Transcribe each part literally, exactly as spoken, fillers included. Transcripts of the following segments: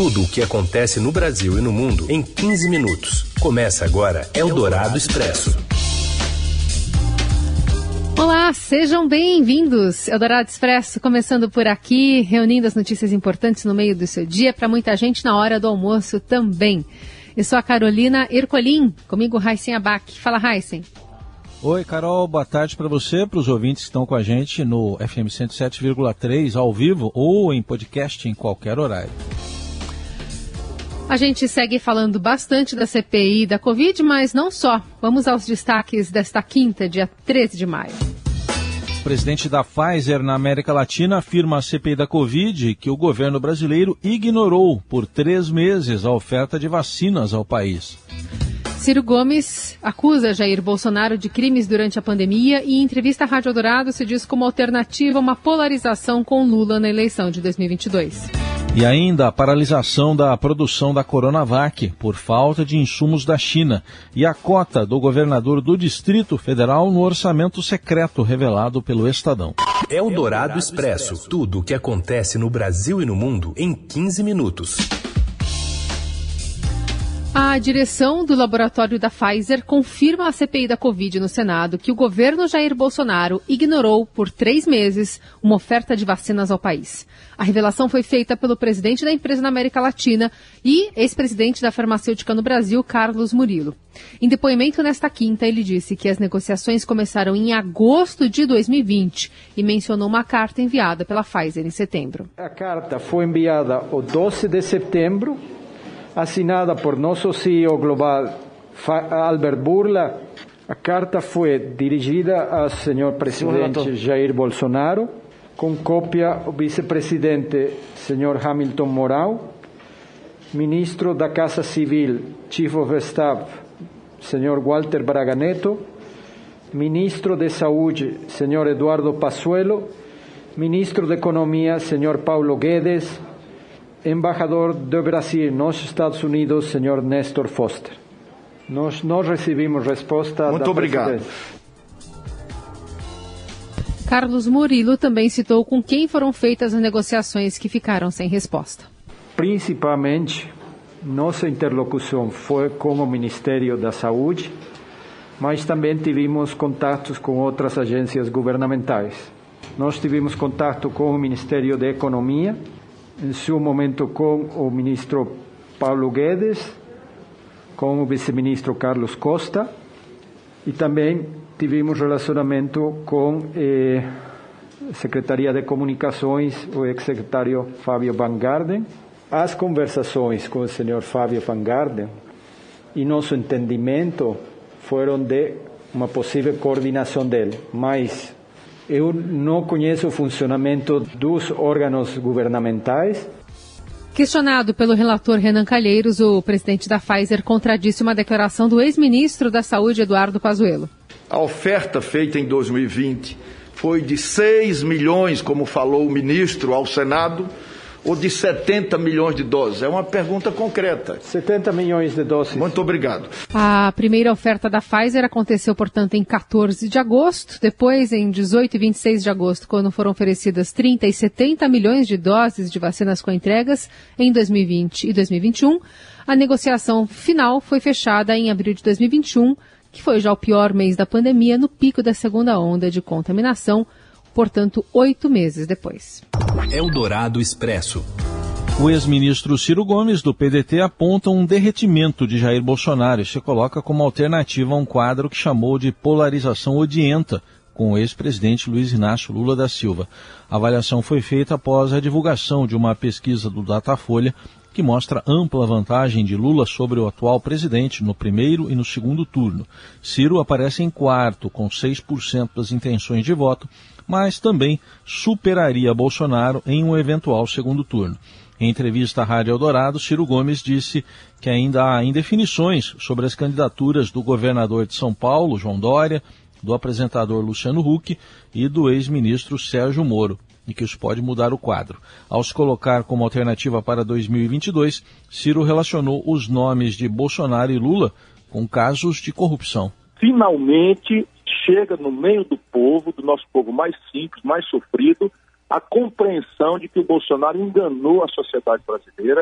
Tudo o que acontece no Brasil e no mundo em quinze minutos. Começa agora Eldorado Expresso. Olá, sejam bem-vindos. Eldorado Expresso começando por aqui, reunindo as notícias importantes no meio do seu dia, para muita gente na hora do almoço também. Eu sou a Carolina Ercolim, comigo Raíssen Abac. Fala, Raíssen. Oi, Carol, boa tarde para você, para os ouvintes que estão com a gente no F M cento e sete vírgula três, ao vivo ou em podcast em qualquer horário. A gente segue falando bastante da C P I da Covid, mas não só. Vamos aos destaques desta quinta, dia treze de maio. O presidente da Pfizer na América Latina afirma à C P I da Covid que o governo brasileiro ignorou por três meses a oferta de vacinas ao país. Ciro Gomes acusa Jair Bolsonaro de crimes durante a pandemia e em entrevista à Rádio Eldorado se diz como alternativa uma polarização com Lula na eleição de dois mil e vinte e dois. E ainda a paralisação da produção da Coronavac por falta de insumos da China e a cota do governador do Distrito Federal no orçamento secreto revelado pelo Estadão. Eldorado Expresso, tudo o que acontece no Brasil e no mundo em quinze minutos. A direção do laboratório da Pfizer confirma à C P I da Covid no Senado que o governo Jair Bolsonaro ignorou por três meses uma oferta de vacinas ao país. A revelação foi feita pelo presidente da empresa na América Latina e ex-presidente da farmacêutica no Brasil, Carlos Murilo. Em depoimento nesta quinta, ele disse que as negociações começaram em agosto de dois mil e vinte e mencionou uma carta enviada pela Pfizer em setembro. A carta foi enviada o doze de setembro, assinada por nosso C E O global, Albert Bourla. A carta foi dirigida ao senhor presidente Jair Bolsonaro, com cópia ao vice-presidente senhor Hamilton Mourão, ministro da Casa Civil, Chief of Staff, senhor Walter Braga Neto, ministro de Saúde, senhor Eduardo Pazuello, ministro de Economia, senhor Paulo Guedes, embaixador do Brasil nos Estados Unidos, senhor Néstor Foster. Nós não recebemos resposta Muito da obrigado. presidência. Carlos Murilo também citou com quem foram feitas as negociações que ficaram sem resposta. Principalmente, nossa interlocução foi com o Ministério da Saúde, mas também tivemos contatos com outras agências governamentais. Nós tivemos contato com o Ministério da Economia, em seu momento com o ministro Paulo Guedes, com o vice-ministro Carlos Costa, e também tivemos relacionamento com eh, a Secretaria de Comunicações, o ex-secretário Fábio Van Garden. As conversações com o senhor Fábio Van Garden e nosso entendimento foram de uma possível coordenação dele, mas eu não conheço o funcionamento dos órgãos governamentais. Questionado pelo relator Renan Calheiros, o presidente da Pfizer contradisse uma declaração do ex-ministro da Saúde, Eduardo Pazuello. A oferta feita em dois mil e vinte foi de seis milhões, como falou o ministro ao Senado, ou de setenta milhões de doses? É uma pergunta concreta. setenta milhões de doses. Muito obrigado. A primeira oferta da Pfizer aconteceu, portanto, em quatorze de agosto. Depois, em dezoito e vinte e seis de agosto, quando foram oferecidas trinta e setenta milhões de doses de vacinas com entregas em dois mil e vinte e dois mil e vinte e um. A negociação final foi fechada em abril de dois mil e vinte e um, que foi já o pior mês da pandemia, no pico da segunda onda de contaminação, portanto, oito meses depois. Eldorado Expresso. O ex-ministro Ciro Gomes, do P D T, aponta um derretimento de Jair Bolsonaro e se coloca como alternativa a um quadro que chamou de polarização odienta com o ex-presidente Luiz Inácio Lula da Silva. A avaliação foi feita após a divulgação de uma pesquisa do Datafolha que mostra ampla vantagem de Lula sobre o atual presidente no primeiro e no segundo turno. Ciro aparece em quarto, com seis por cento das intenções de voto, mas também superaria Bolsonaro em um eventual segundo turno. Em entrevista à Rádio Eldorado, Ciro Gomes disse que ainda há indefinições sobre as candidaturas do governador de São Paulo, João Dória, do apresentador Luciano Huck e do ex-ministro Sérgio Moro, e que isso pode mudar o quadro. Ao se colocar como alternativa para dois mil e vinte e dois, Ciro relacionou os nomes de Bolsonaro e Lula com casos de corrupção. Finalmente chega no meio do povo, do nosso povo mais simples, mais sofrido, a compreensão de que o Bolsonaro enganou a sociedade brasileira,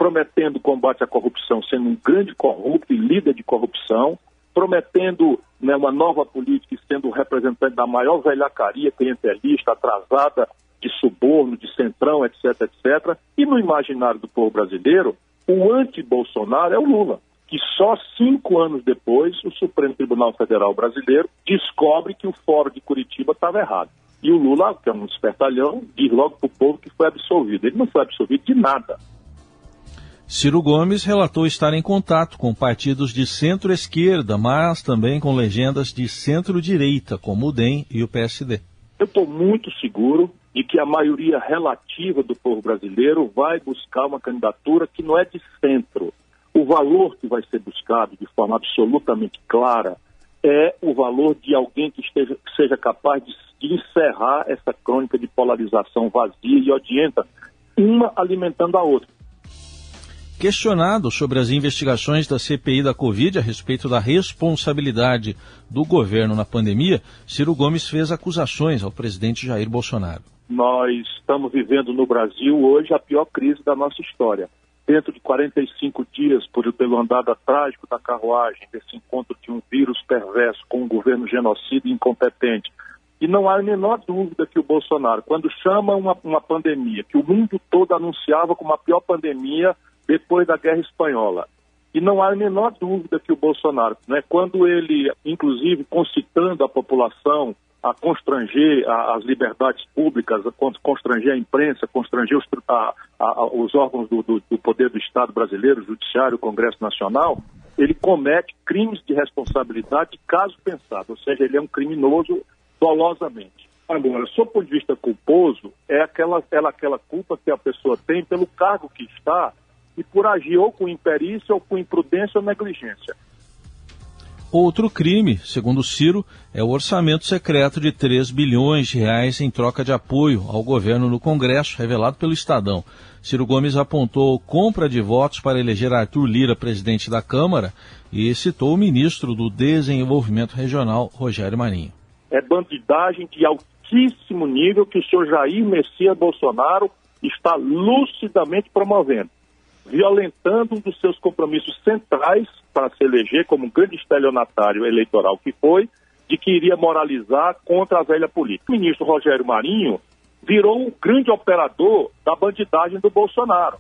prometendo combate à corrupção, sendo um grande corrupto e líder de corrupção, prometendo, né, uma nova política e sendo o representante da maior velhacaria clientelista, atrasada, de suborno, de centrão, etc, etcétera. E no imaginário do povo brasileiro, o anti-Bolsonaro é o Lula, que só cinco anos depois o Supremo Tribunal Federal brasileiro descobre que o Fórum de Curitiba estava errado. E o Lula, que é um espertalhão, diz logo para o povo que foi absolvido. Ele não foi absolvido de nada. Ciro Gomes relatou estar em contato com partidos de centro-esquerda, mas também com legendas de centro-direita, como o D E M e o P S D. Eu estou muito seguro de que a maioria relativa do povo brasileiro vai buscar uma candidatura que não é de centro. O valor que vai ser buscado de forma absolutamente clara é o valor de alguém que, esteja, que seja capaz de, de encerrar essa crônica de polarização vazia e odienta, uma alimentando a outra. Questionado sobre as investigações da C P I da Covid a respeito da responsabilidade do governo na pandemia, Ciro Gomes fez acusações ao presidente Jair Bolsonaro. Nós estamos vivendo no Brasil hoje a pior crise da nossa história. Dentro de quarenta e cinco dias, por, pelo andar trágico da carruagem, desse encontro de um vírus perverso com um governo genocida e incompetente. E não há a menor dúvida que o Bolsonaro, quando chama uma, uma pandemia, que o mundo todo anunciava como a pior pandemia depois da Guerra Espanhola, e não há a menor dúvida que o Bolsonaro, né, quando ele, inclusive, concitando a população a constranger a, as liberdades públicas, a constranger a imprensa, constranger os, a, a, os órgãos do, do, do poder do Estado brasileiro, o Judiciário, o Congresso Nacional, ele comete crimes de responsabilidade de caso pensado, ou seja, ele é um criminoso dolosamente. Agora, sob o ponto de vista culposo, é aquela, ela, aquela culpa que a pessoa tem pelo cargo que está e por agir ou com imperícia ou com imprudência ou negligência. Outro crime, segundo Ciro, é o orçamento secreto de três bilhões de reais em troca de apoio ao governo no Congresso, revelado pelo Estadão. Ciro Gomes apontou compra de votos para eleger Arthur Lira presidente da Câmara e citou o ministro do Desenvolvimento Regional, Rogério Marinho. É bandidagem de altíssimo nível que o senhor Jair Messias Bolsonaro está lucidamente promovendo, violentando um dos seus compromissos centrais para se eleger como um grande estelionatário eleitoral que foi, de que iria moralizar contra a velha política. O ministro Rogério Marinho virou um grande operador da bandidagem do Bolsonaro.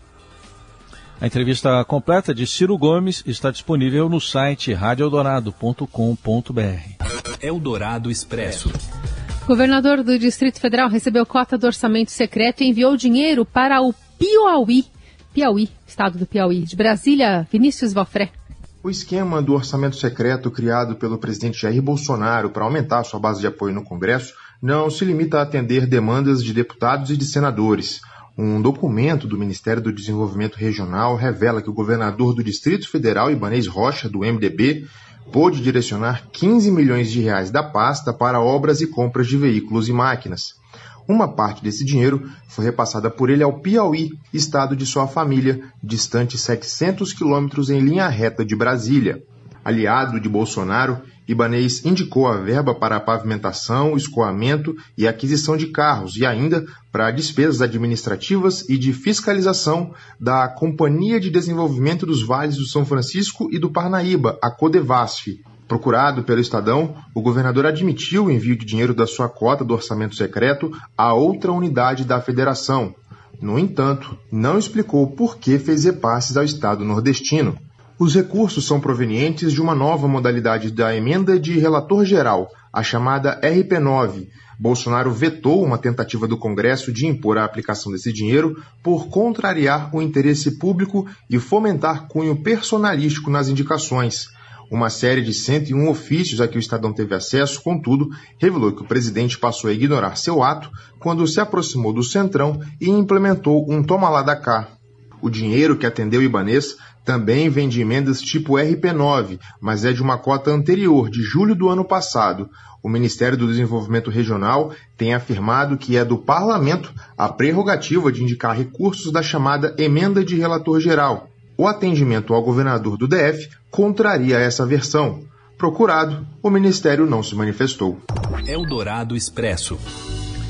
A entrevista completa de Ciro Gomes está disponível no site rádio eldorado ponto com ponto b r. Eldorado Expresso. O governador do Distrito Federal recebeu cota do orçamento secreto e enviou dinheiro para o Piauí. Piauí, estado do Piauí. De Brasília, Vinícius Valfré. O esquema do orçamento secreto criado pelo presidente Jair Bolsonaro para aumentar sua base de apoio no Congresso não se limita a atender demandas de deputados e de senadores. Um documento do Ministério do Desenvolvimento Regional revela que o governador do Distrito Federal, Ibanez Rocha, do M D B, pôde direcionar quinze milhões de reais da pasta para obras e compras de veículos e máquinas. Uma parte desse dinheiro foi repassada por ele ao Piauí, estado de sua família, distante setecentos quilômetros em linha reta de Brasília. Aliado de Bolsonaro, Ibanez indicou a verba para a pavimentação, escoamento e aquisição de carros e ainda para despesas administrativas e de fiscalização da Companhia de Desenvolvimento dos Vales do São Francisco e do Parnaíba, a Codevasf. Procurado pelo Estadão, o governador admitiu o envio de dinheiro da sua cota do orçamento secreto a outra unidade da federação. No entanto, não explicou por que fez repasses ao estado nordestino. Os recursos são provenientes de uma nova modalidade da emenda de relator geral, a chamada R P nove. Bolsonaro vetou uma tentativa do Congresso de impor a aplicação desse dinheiro por contrariar o interesse público e fomentar cunho personalístico nas indicações. Uma série de cento e um ofícios a que o Estadão teve acesso, contudo, revelou que o presidente passou a ignorar seu ato quando se aproximou do Centrão e implementou um toma lá da cá. O dinheiro que atendeu Ibanez também vem de emendas tipo R P nove, mas é de uma cota anterior, de julho do ano passado. O Ministério do Desenvolvimento Regional tem afirmado que é do Parlamento a prerrogativa de indicar recursos da chamada emenda de relator geral. O atendimento ao governador do D F contraria essa versão. Procurado, o Ministério não se manifestou. Eldorado Expresso.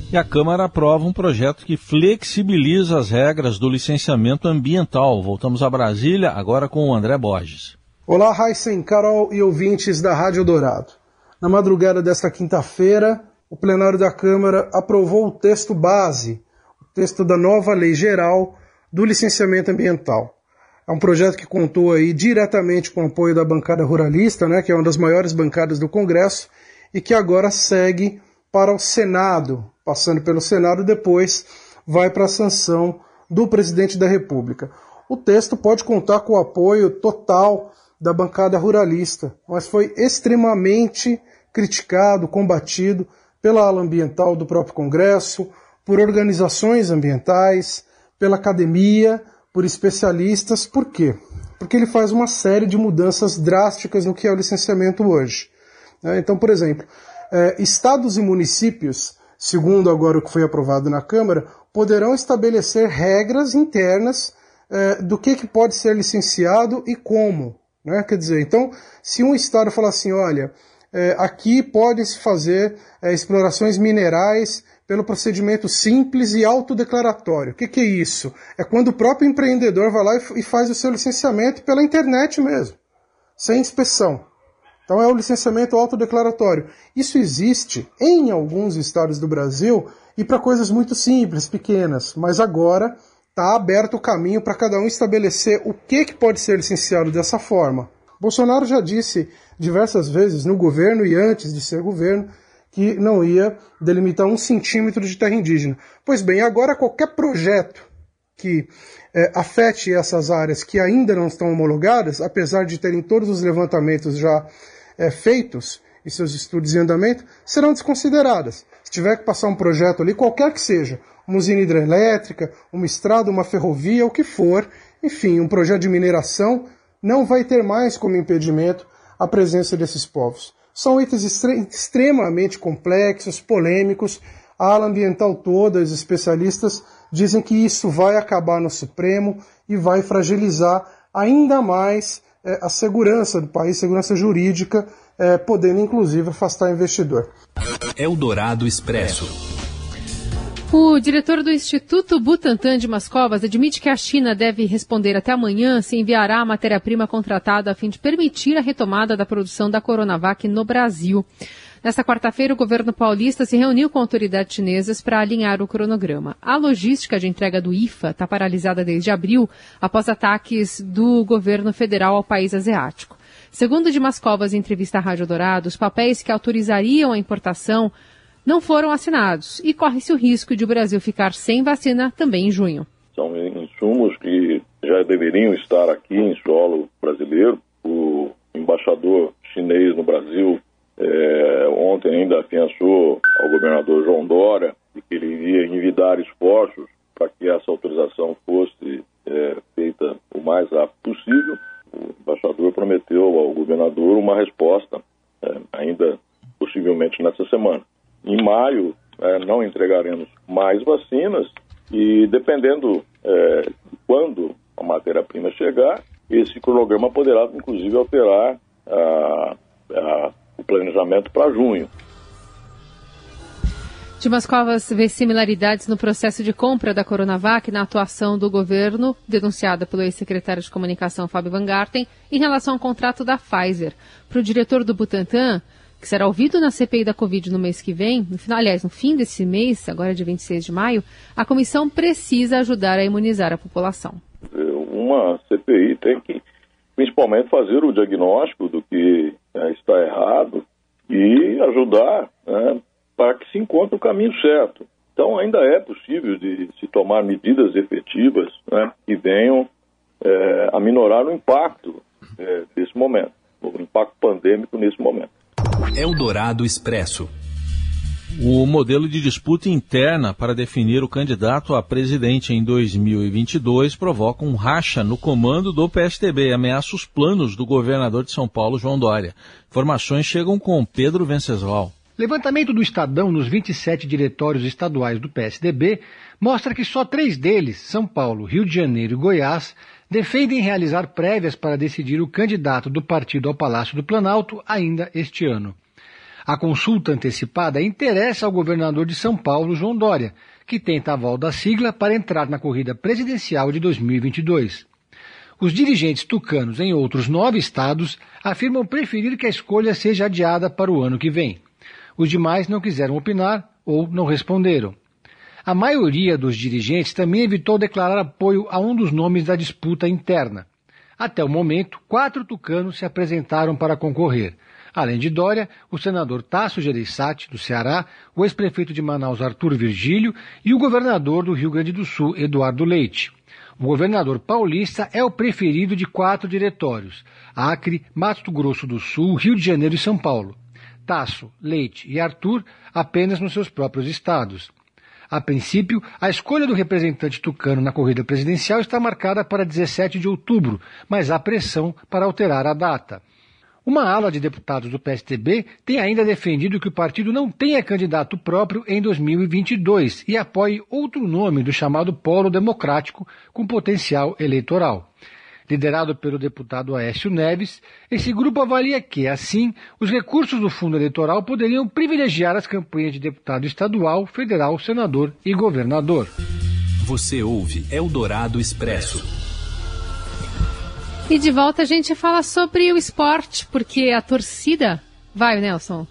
E a Câmara aprova um projeto que flexibiliza as regras do licenciamento ambiental. Voltamos a Brasília, agora com o André Borges. Olá, Heisen, Carol e ouvintes da Rádio Dourado. Na madrugada desta quinta-feira, o plenário da Câmara aprovou o texto base, o texto da nova Lei Geral do Licenciamento Ambiental. É um projeto que contou aí diretamente com o apoio da bancada ruralista, né, que é uma das maiores bancadas do Congresso, e que agora segue para o Senado, passando pelo Senado, depois vai para a sanção do presidente da República. O texto pode contar com o apoio total da bancada ruralista, mas foi extremamente criticado, combatido pela ala ambiental do próprio Congresso, por organizações ambientais, pela academia, por especialistas. Por quê? Porque ele faz uma série de mudanças drásticas no que é o licenciamento hoje. Então, por exemplo, estados e municípios, segundo agora o que foi aprovado na Câmara, poderão estabelecer regras internas do que, que pode ser licenciado e como. Né? Quer dizer, então, se um estado falar assim, olha, aqui pode-se fazer explorações minerais pelo procedimento simples e autodeclaratório. O que, que é isso? É quando o próprio empreendedor vai lá e faz o seu licenciamento pela internet mesmo, sem inspeção. Então é o licenciamento autodeclaratório. Isso existe em alguns estados do Brasil e para coisas muito simples, pequenas, mas agora está aberto o caminho para cada um estabelecer o que, que pode ser licenciado dessa forma. Bolsonaro já disse diversas vezes no governo e antes de ser governo que não ia delimitar um centímetro de terra indígena. Pois bem, agora qualquer projeto que é, afete essas áreas que ainda não estão homologadas, apesar de terem todos os levantamentos já é, feitos e seus estudos em andamento, serão desconsideradas. Se tiver que passar um projeto ali, qualquer que seja, uma usina hidrelétrica, uma estrada, uma ferrovia, o que for, enfim, um projeto de mineração, não vai ter mais como impedimento a presença desses povos. São itens extre- extremamente complexos, polêmicos. A ala ambiental toda, os especialistas, dizem que isso vai acabar no Supremo e vai fragilizar ainda mais eh, a segurança do país, segurança jurídica, eh, podendo inclusive afastar investidor. Eldorado Expresso. O diretor do Instituto Butantan de Mascovas admite que a China deve responder até amanhã se enviará a matéria-prima contratada a fim de permitir a retomada da produção da Coronavac no Brasil. Nesta quarta-feira, o governo paulista se reuniu com autoridades chinesas para alinhar o cronograma. A logística de entrega do I F A está paralisada desde abril, após ataques do governo federal ao país asiático. Segundo Dimas Covas, em entrevista à Rádio Dourado, os papéis que autorizariam a importação não foram assinados e corre-se o risco de o Brasil ficar sem vacina também em junho. São insumos que já deveriam estar aqui em solo brasileiro. O embaixador chinês no Brasil é, ontem ainda afiançou ao governador João Dória que ele iria envidar esforços para que essa autorização fosse é, feita o mais rápido possível. O embaixador prometeu ao governador uma resposta é, ainda possivelmente nessa semana. Em maio, é, não entregaremos mais vacinas e, dependendo é, de quando a matéria-prima chegar, esse cronograma poderá, inclusive, alterar a, a, o planejamento para junho. Dimas Covas vê similaridades no processo de compra da Coronavac na atuação do governo, denunciada pelo ex-secretário de Comunicação, Fábio Van Garten, em relação ao contrato da Pfizer. Para o diretor do Butantan, que será ouvido na C P I da Covid no mês que vem, no final, aliás, no fim desse mês, agora dia vinte e seis de maio, a comissão precisa ajudar a imunizar a população. Uma C P I tem que, principalmente, fazer o diagnóstico do que é, está errado e ajudar, né, para que se encontre o caminho certo. Então, ainda é possível de se tomar medidas efetivas, né, que venham é, a minorar o impacto é, desse momento, o impacto pandêmico nesse momento. Eldorado Expresso. O modelo de disputa interna para definir o candidato a presidente em dois mil e vinte e dois provoca um racha no comando do P S D B e ameaça os planos do governador de São Paulo, João Dória. Informações chegam com Pedro Venceslau. Levantamento do Estadão nos vinte e sete diretórios estaduais do P S D B mostra que só três deles, São Paulo, Rio de Janeiro e Goiás, defendem realizar prévias para decidir o candidato do partido ao Palácio do Planalto ainda este ano. A consulta antecipada interessa ao governador de São Paulo, João Dória, que tenta aval da sigla para entrar na corrida presidencial de dois mil e vinte e dois. Os dirigentes tucanos em outros nove estados afirmam preferir que a escolha seja adiada para o ano que vem. Os demais não quiseram opinar ou não responderam. A maioria dos dirigentes também evitou declarar apoio a um dos nomes da disputa interna. Até o momento, quatro tucanos se apresentaram para concorrer. Além de Dória, o senador Tasso Gereissati, do Ceará, o ex-prefeito de Manaus, Arthur Virgílio, e o governador do Rio Grande do Sul, Eduardo Leite. O governador paulista é o preferido de quatro diretórios: Acre, Mato Grosso do Sul, Rio de Janeiro e São Paulo. Tasso, Leite e Arthur apenas nos seus próprios estados. A princípio, a escolha do representante tucano na corrida presidencial está marcada para dezessete de outubro, mas há pressão para alterar a data. Uma ala de deputados do P S D B tem ainda defendido que o partido não tenha candidato próprio em dois mil e vinte e dois e apoie outro nome do chamado Polo Democrático com potencial eleitoral. Liderado pelo deputado Aécio Neves, esse grupo avalia que, assim, os recursos do fundo eleitoral poderiam privilegiar as campanhas de deputado estadual, federal, senador e governador. Você ouve Eldorado Expresso. E de volta a gente fala sobre o esporte, porque a torcida... Vai, Nelson.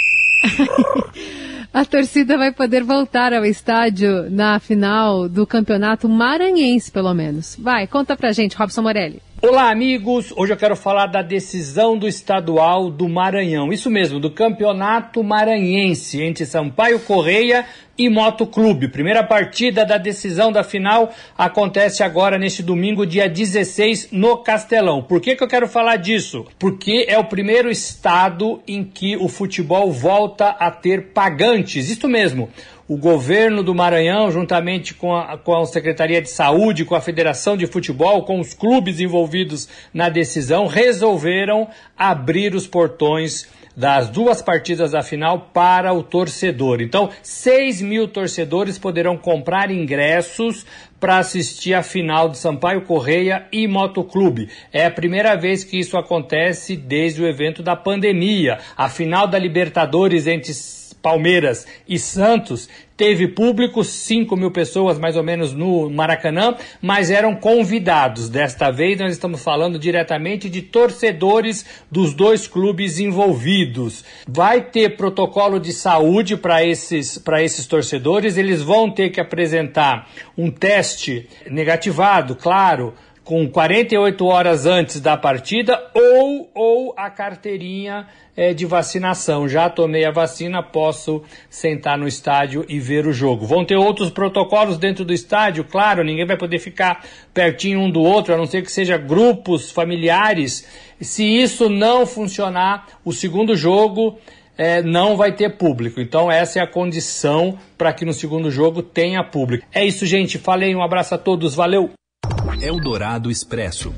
A torcida vai poder voltar ao estádio na final do Campeonato Maranhense, pelo menos. Vai, conta pra gente, Robson Morelli. Olá, amigos. Hoje eu quero falar da decisão do estadual do Maranhão. Isso mesmo, do Campeonato Maranhense entre Sampaio Correia e Motoclube. Primeira partida da decisão da final acontece agora neste domingo, dia dezesseis, no Castelão. Por que que eu quero falar disso? Porque é o primeiro estado em que o futebol volta a ter pagantes. Isso mesmo. O governo do Maranhão, juntamente com a, com a Secretaria de Saúde, com a Federação de Futebol, com os clubes envolvidos na decisão, resolveram abrir os portões das duas partidas da final para o torcedor. Então, seis mil torcedores poderão comprar ingressos para assistir a final de Sampaio Correia e Motoclube. É a primeira vez que isso acontece desde o evento da pandemia. A final da Libertadores entre Palmeiras e Santos teve público, cinco mil pessoas mais ou menos no Maracanã, mas eram convidados. Desta vez nós estamos falando diretamente de torcedores dos dois clubes envolvidos. Vai ter protocolo de saúde para esses, para esses torcedores, eles vão ter que apresentar um teste negativado, claro, com quarenta e oito horas antes da partida, ou, ou a carteirinha é, de vacinação. Já tomei a vacina, posso sentar no estádio e ver o jogo. Vão ter outros protocolos dentro do estádio, claro, ninguém vai poder ficar pertinho um do outro, a não ser que seja grupos familiares. Se isso não funcionar, o segundo jogo é, não vai ter público. Então essa é a condição para que no segundo jogo tenha público. É isso, gente. Falei, um abraço a todos, valeu! Eldorado Expresso.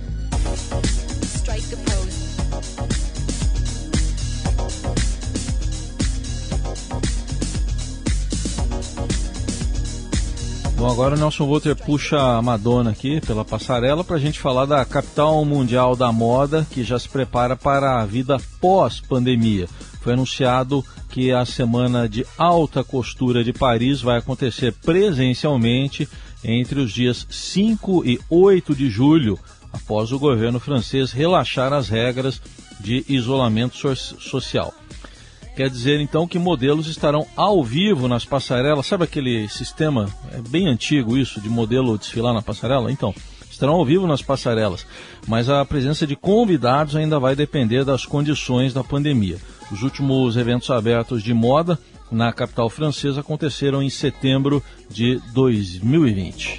Bom, agora o Nelson Volter puxa a Madonna aqui pela passarela para a gente falar da capital mundial da moda, que já se prepara para a vida pós-pandemia. Foi anunciado que a Semana de Alta Costura de Paris vai acontecer presencialmente entre os dias cinco e oito de julho, após o governo francês relaxar as regras de isolamento so- social. Quer dizer, então, que modelos estarão ao vivo nas passarelas. Sabe aquele sistema, é bem antigo isso, de modelo desfilar na passarela? Então, estarão ao vivo nas passarelas, mas a presença de convidados ainda vai depender das condições da pandemia. Os últimos eventos abertos de moda na capital francesa aconteceram em setembro de dois mil e vinte.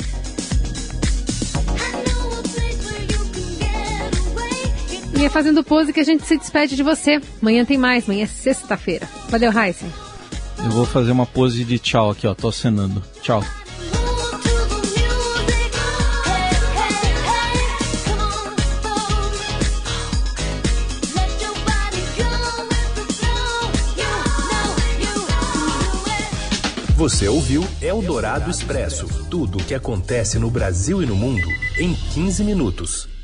E é fazendo pose que a gente se despede de você. Amanhã tem mais, amanhã é sexta-feira. Valeu, Heisen. Eu vou fazer uma pose de tchau aqui, ó, tô acenando. Tchau. Você ouviu Eldorado Expresso. Tudo o que acontece no Brasil e no mundo em quinze minutos.